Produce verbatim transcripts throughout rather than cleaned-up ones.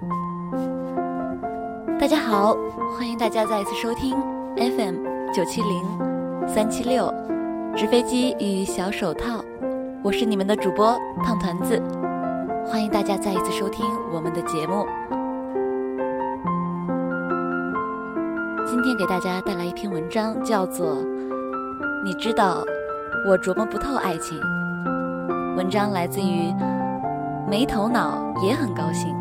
大家好，欢迎大家再一次收听 F M 九七零三七六直飞机与小手套，我是你们的主播胖团子，欢迎大家再一次收听我们的节目。今天给大家带来一篇文章，叫做你知道我琢磨不透爱情。文章来自于没头脑也很高兴。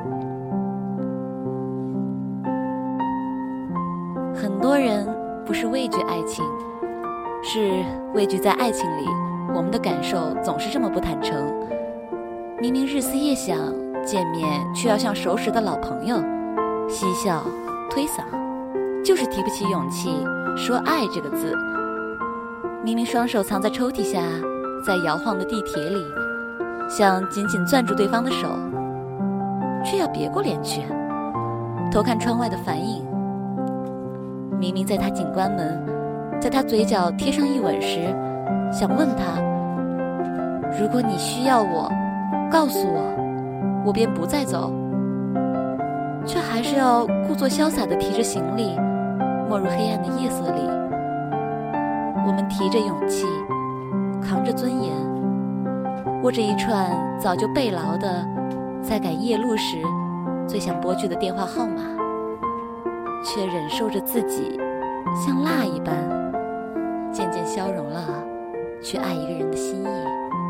很多人不是畏惧爱情，是畏惧在爱情里我们的感受总是这么不坦诚，明明日思夜想，见面却要像熟识的老朋友，嬉笑推搡，就是提不起勇气说爱这个字。明明双手藏在抽屉下，在摇晃的地铁里，想紧紧攥住对方的手，却要别过脸去偷看窗外的反影。明明在他紧关门，在他嘴角贴上一吻时，想问他，如果你需要我，告诉我，我便不再走，却还是要故作潇洒地提着行李，没入黑暗的夜色里。我们提着勇气，扛着尊严，握着一串早就背牢的在赶夜路时最想拨去的电话号码，却忍受着自己像蜡一般渐渐消融了去爱一个人的心意。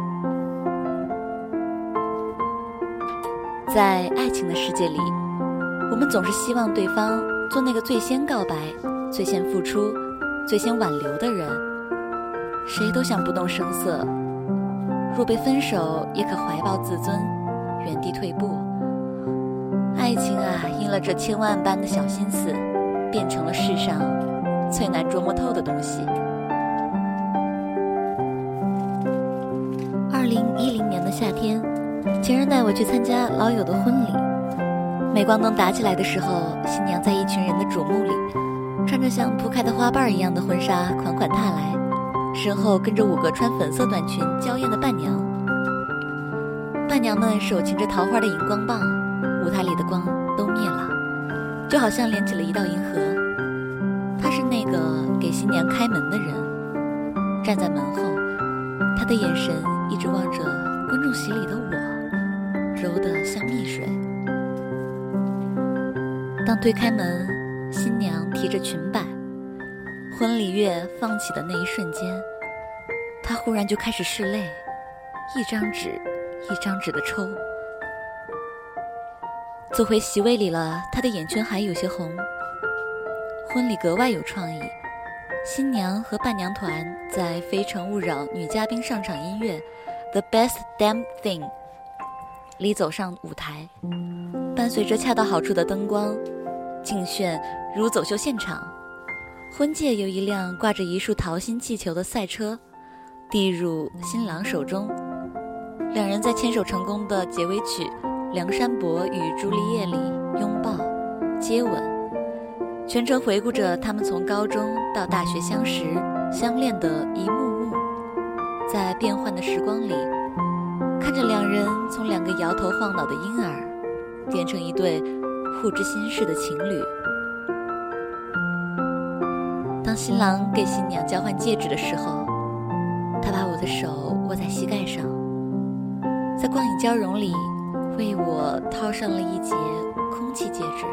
在爱情的世界里，我们总是希望对方做那个最先告白、最先付出、最先挽留的人，谁都想不动声色，若被分手也可怀抱自尊，原地退步。爱情啊，因了这千万般的小心思，变成了世上最难琢磨透的东西。二零一零年的夏天，情人带我去参加老友的婚礼。镁光灯打起来的时候，新娘在一群人的瞩目里，穿着像铺开的花瓣一样的婚纱款款踏来，身后跟着五个穿粉色短裙娇艳的伴娘。伴娘们手擎着桃花的荧光棒，舞台里的光都灭了，就好像连起了一道银河。他是那个给新娘开门的人，站在门后，他的眼神一直望着观众席里的我，柔得像蜜水。当推开门，新娘提着裙摆，婚礼乐放起的那一瞬间，他忽然就开始拭泪，一张纸一张纸的抽。坐回席位里了，他的眼圈还有些红。婚礼格外有创意，新娘和伴娘团在非诚勿扰女嘉宾上场音乐 The Best Damn Thing 里走上舞台，伴随着恰到好处的灯光，竞炫如走秀现场。婚戒由一辆挂着一束桃心气球的赛车递入新郎手中，两人在牵手成功的结尾曲《梁山伯与朱丽叶》里拥抱接吻，全程回顾着他们从高中到大学相识相恋的一幕幕，在变幻的时光里，看着两人从两个摇头晃脑的婴儿变成一对互知心事的情侣。当新郎给新娘交换戒指的时候，他把我的手握在膝盖上，在光影交融里为我套上了一节空气戒指。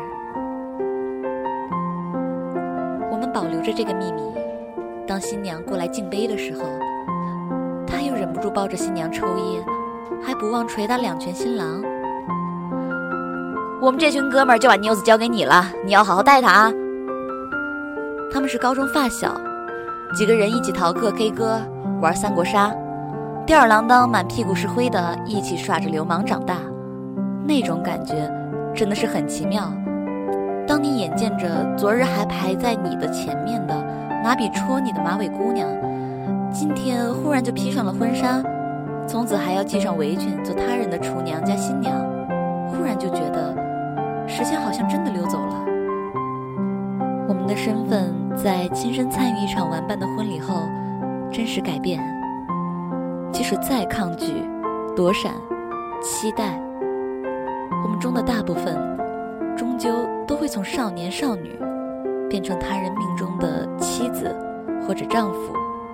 我们保留着这个秘密，当新娘过来敬杯的时候，他又忍不住抱着新娘抽噎，还不忘捶打两拳新郎。我们这群哥们儿就把妞子交给你了，你要好好带她啊。他们是高中发小，几个人一起逃课 K 歌玩三国杀，吊儿郎当满屁股是灰的一起耍着流氓长大，那种感觉真的是很奇妙。当你眼见着昨日还排在你的前面的拿笔戳你的马尾姑娘，今天忽然就披上了婚纱，从此还要系上围裙做他人的厨娘加新娘，忽然就觉得时间好像真的溜走了。我们的身份在亲身参与一场玩伴的婚礼后真实改变，即使再抗拒躲闪期待， 我们中的大部分终究都会从少年少女变成他人命中的妻子或者丈夫。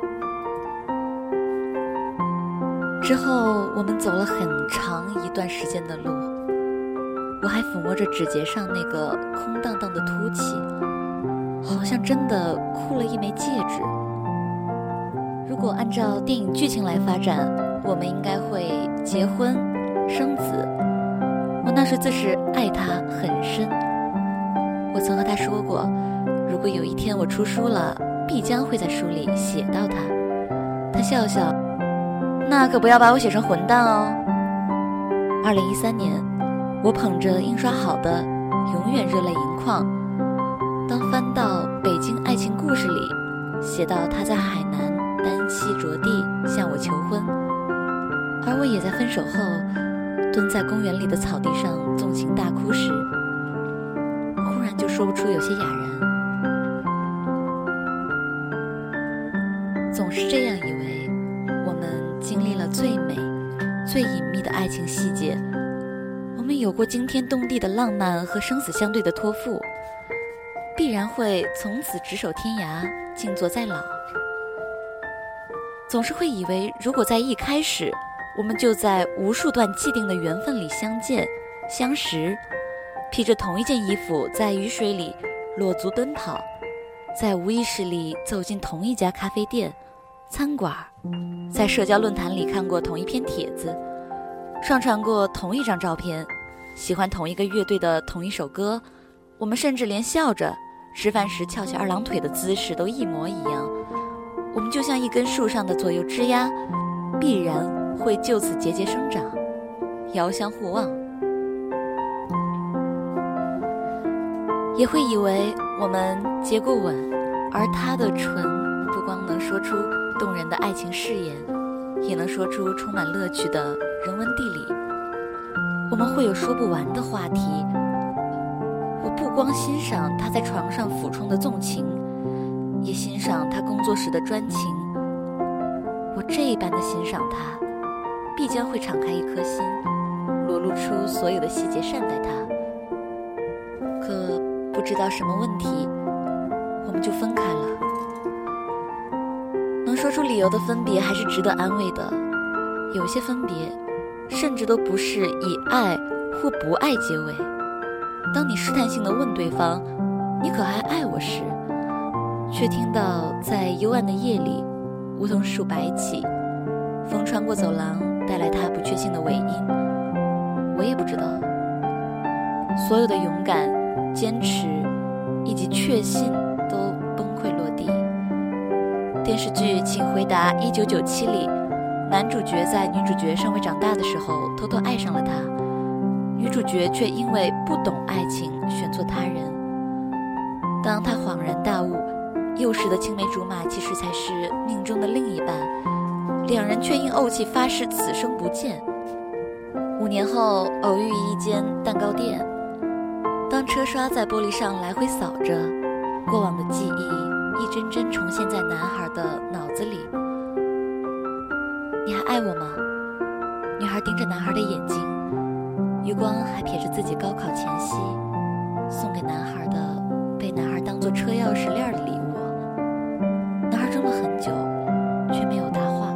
之后我们走了很长一段时间的路，我还抚摸着指节上那个空荡荡的凸起，好像真的箍了一枚戒指。如果按照电影剧情来发展，我们应该会结婚生子。我那时自是爱他很深，我曾和他说过，如果有一天我出书了，必将会在书里写到他。他笑笑，那可不要把我写成混蛋哦。二零一三年，我捧着印刷好的《永远热泪盈眶》，当翻到《北京爱情故事》里写到他在海南单膝着地向我求婚，而我也在分手后蹲在公园里的草地上纵情大哭时，忽然就说不出有些哑然。总是这样以为我们经历了最美最隐秘的爱情细节，我们有过惊天动地的浪漫和生死相对的托付，必然会从此执手天涯，静坐在老。总是会以为，如果在一开始我们就在无数段既定的缘分里相见相识，披着同一件衣服在雨水里裸足奔跑，在无意识里走进同一家咖啡店餐馆，在社交论坛里看过同一篇帖子，上传过同一张照片，喜欢同一个乐队的同一首歌，我们甚至连笑着吃饭时翘起二郎腿的姿势都一模一样。我们就像一根树上的左右枝丫，必然会就此节节生长，遥相互望。也会以为我们接过吻，而他的唇不光能说出动人的爱情誓言，也能说出充满乐趣的人文地理。我们会有说不完的话题。我不光欣赏他在床上俯冲的纵情，也欣赏他工作时的专情。我这一般的欣赏他，必将会敞开一颗心，裸露出所有的细节善待他。可不知道什么问题，我们就分开了。能说出理由的分别还是值得安慰的，有些分别甚至都不是以爱或不爱结尾。当你试探性地问对方你可还爱我时，却听到在幽暗的夜里梧桐树摆起，风穿过走廊带来他不确信的尾音。我也不知道，所有的勇敢坚持以及确信都崩溃落地。电视剧《请回答一九九七》里，男主角在女主角尚未长大的时候偷偷爱上了她，女主角却因为不懂爱情选错他人。当她恍然大悟，幼时的青梅竹马其实才是命中的另一半，两人却因怄气发誓此生不见。五年后偶遇一间蛋糕店，当车刷在玻璃上来回扫着，过往的记忆一帧帧重现在男孩的脑子里。你还爱我吗？女孩盯着男孩的眼睛，余光还瞥着自己高考前夕送给男孩的被男孩当作车钥匙链的礼物。男孩怔了很久，却没有答话。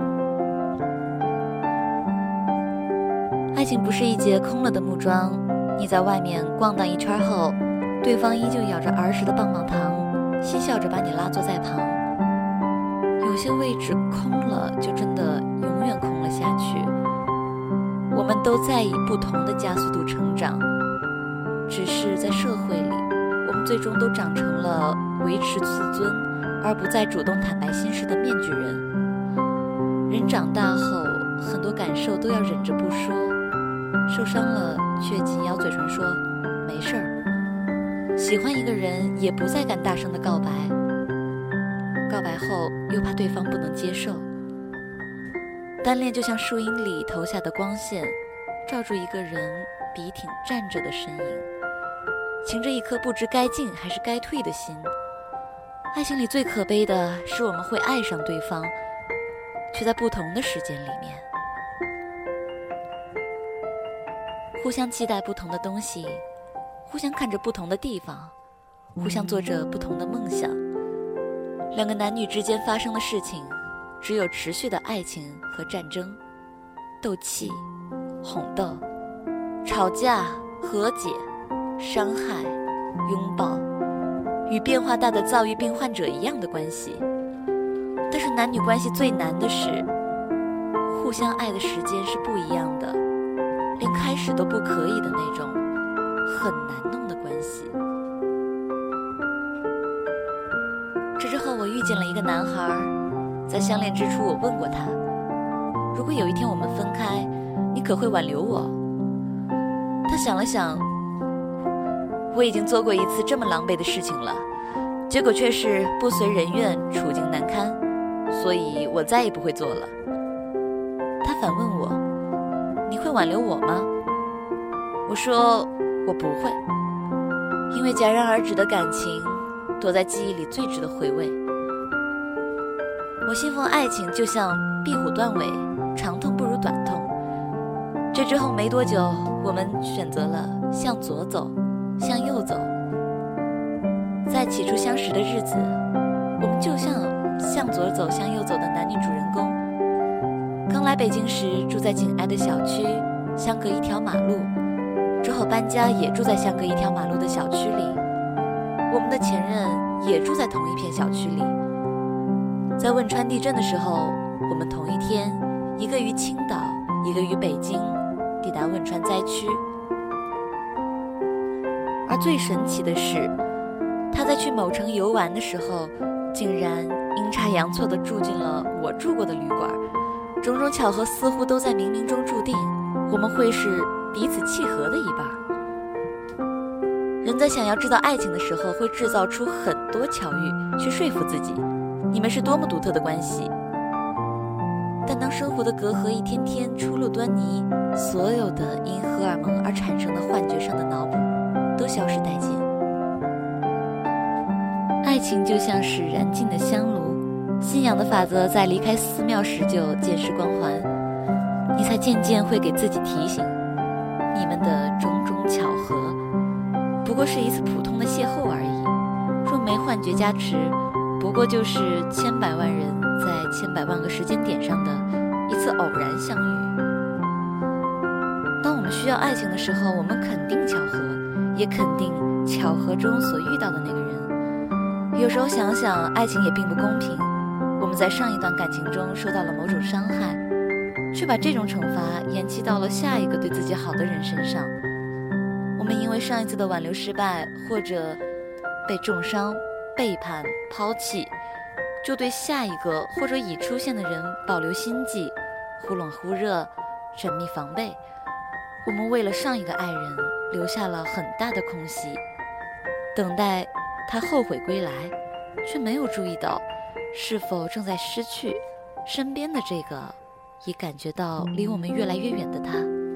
爱情不是一节空了的木桩，你在外面逛荡一圈后，对方依旧咬着儿时的棒棒糖，嬉笑着把你拉坐在旁。有些位置空了，就真的永远空了下去。我们都在以不同的加速度成长，只是在社会里，我们最终都长成了维持自尊而不再主动坦白心事的面具人。人长大后，很多感受都要忍着不说，受伤了却紧咬嘴唇说没事儿。喜欢一个人也不再敢大声的告白，告白后又怕对方不能接受。单恋就像树荫里投下的光线，照住一个人笔挺站着的身影，擎着一颗不知该进还是该退的心。爱情里最可悲的是我们会爱上对方，却在不同的时间里面。 互相期待不同的东西，互相看着不同的地方，互相做着不同的梦想。两个男女之间发生的事情，只有持续的爱情和战争，斗气、哄斗、吵架、和解、伤害、拥抱，与变化大的躁郁病患者一样的关系。但是男女关系最难的是，互相爱的时间是不一样的，连开始都不可以的那种很难弄的关系。这之后我遇见了一个男孩，在相恋之初我问过他，如果有一天我们分开，你可会挽留我？他想了想，我已经做过一次这么狼狈的事情了，结果却是不随人愿，处境难堪，所以我再也不会做了。他反问我，你会挽留我吗？我说我不会，因为戛然而止的感情躲在记忆里最值得回味。我信奉爱情就像壁虎断尾，长痛不如短痛。这之后没多久，我们选择了向左走，向右走。在起初相识的日子，我们就像向左走向右走的男女主人公。刚来北京时住在紧挨的小区，相隔一条马路，之后搬家也住在相隔一条马路的小区里。我们的前任也住在同一片小区里。在汶川地震的时候，我们同一天，一个于青岛，一个于北京，抵达汶川灾区。而最神奇的是，他在去某城游玩的时候，竟然阴差阳错地住进了我住过的旅馆。种种巧合似乎都在冥冥中注定，我们会是彼此契合的一半。人在想要制造爱情的时候，会制造出很多巧遇，去说服自己，你们是多么独特的关系。但当生活的隔阂一天天初露端倪，所有的因荷尔蒙而产生的幻觉上的脑补都消失殆尽。爱情就像是燃尽的香炉，信仰的法则在离开寺庙时就渐失光环，你才渐渐会给自己提醒，你们的种种巧合不过是一次普通的邂逅而已，若没幻觉加持，不过就是千百万人在千百万个时间点上的一次偶然相遇。当我们需要爱情的时候，我们肯定巧合，也肯定巧合中所遇到的那个人。有时候想想，爱情也并不公平，我们在上一段感情中受到了某种伤害，却把这种惩罚延期到了下一个对自己好的人身上。我们因为上一次的挽留失败，或者被重伤、背叛、抛弃，就对下一个或者已出现的人保留心悸，忽冷忽热，缜密防备。我们为了上一个爱人留下了很大的空隙，等待他后悔归来，却没有注意到是否正在失去身边的这个已感觉到离我们越来越远的他。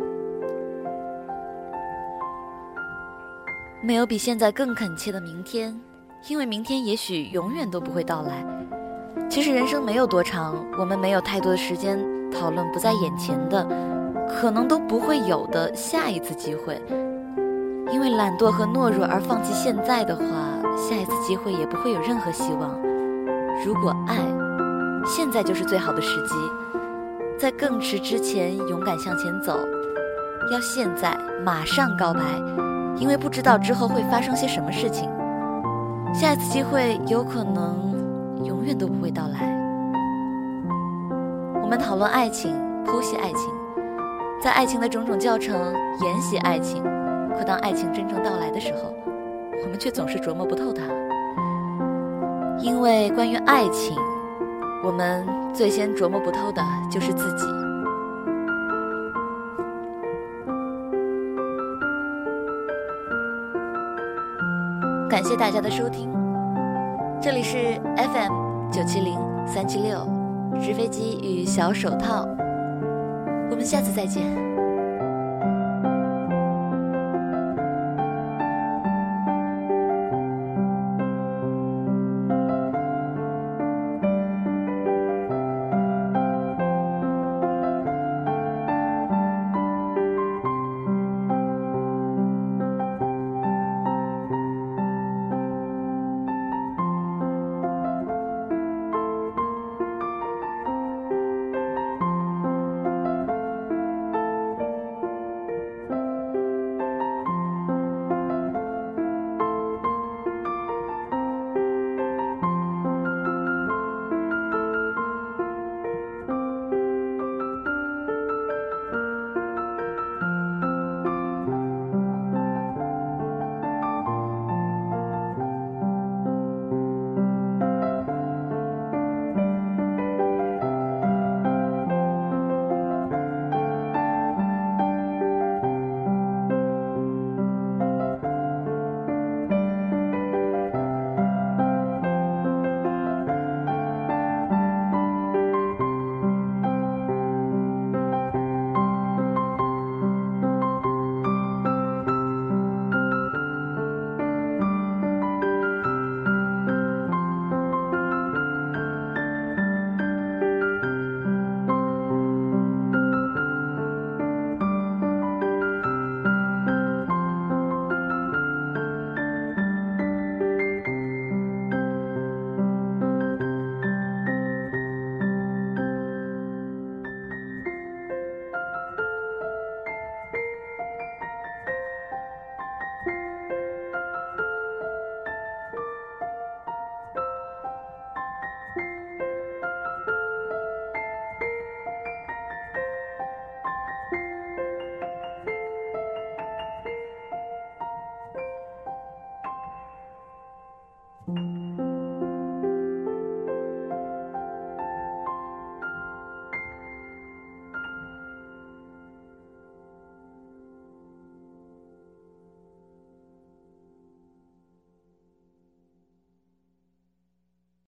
没有比现在更恳切的明天，因为明天也许永远都不会到来。其实人生没有多长，我们没有太多的时间讨论不在眼前的，可能都不会有的下一次机会。因为懒惰和懦弱而放弃现在的话，下一次机会也不会有任何希望。如果爱，现在就是最好的时机，在更迟之前勇敢向前走，要现在马上告白，因为不知道之后会发生些什么事情，下一次机会有可能永远都不会到来。我们讨论爱情，剖析爱情，在爱情的种种教程研习爱情，可当爱情真正到来的时候，我们却总是琢磨不透它。因为关于爱情，我们最先琢磨不透的就是自己。感谢大家的收听，这里是 F M 九七零三七六直飞机与小手套，我们下次再见。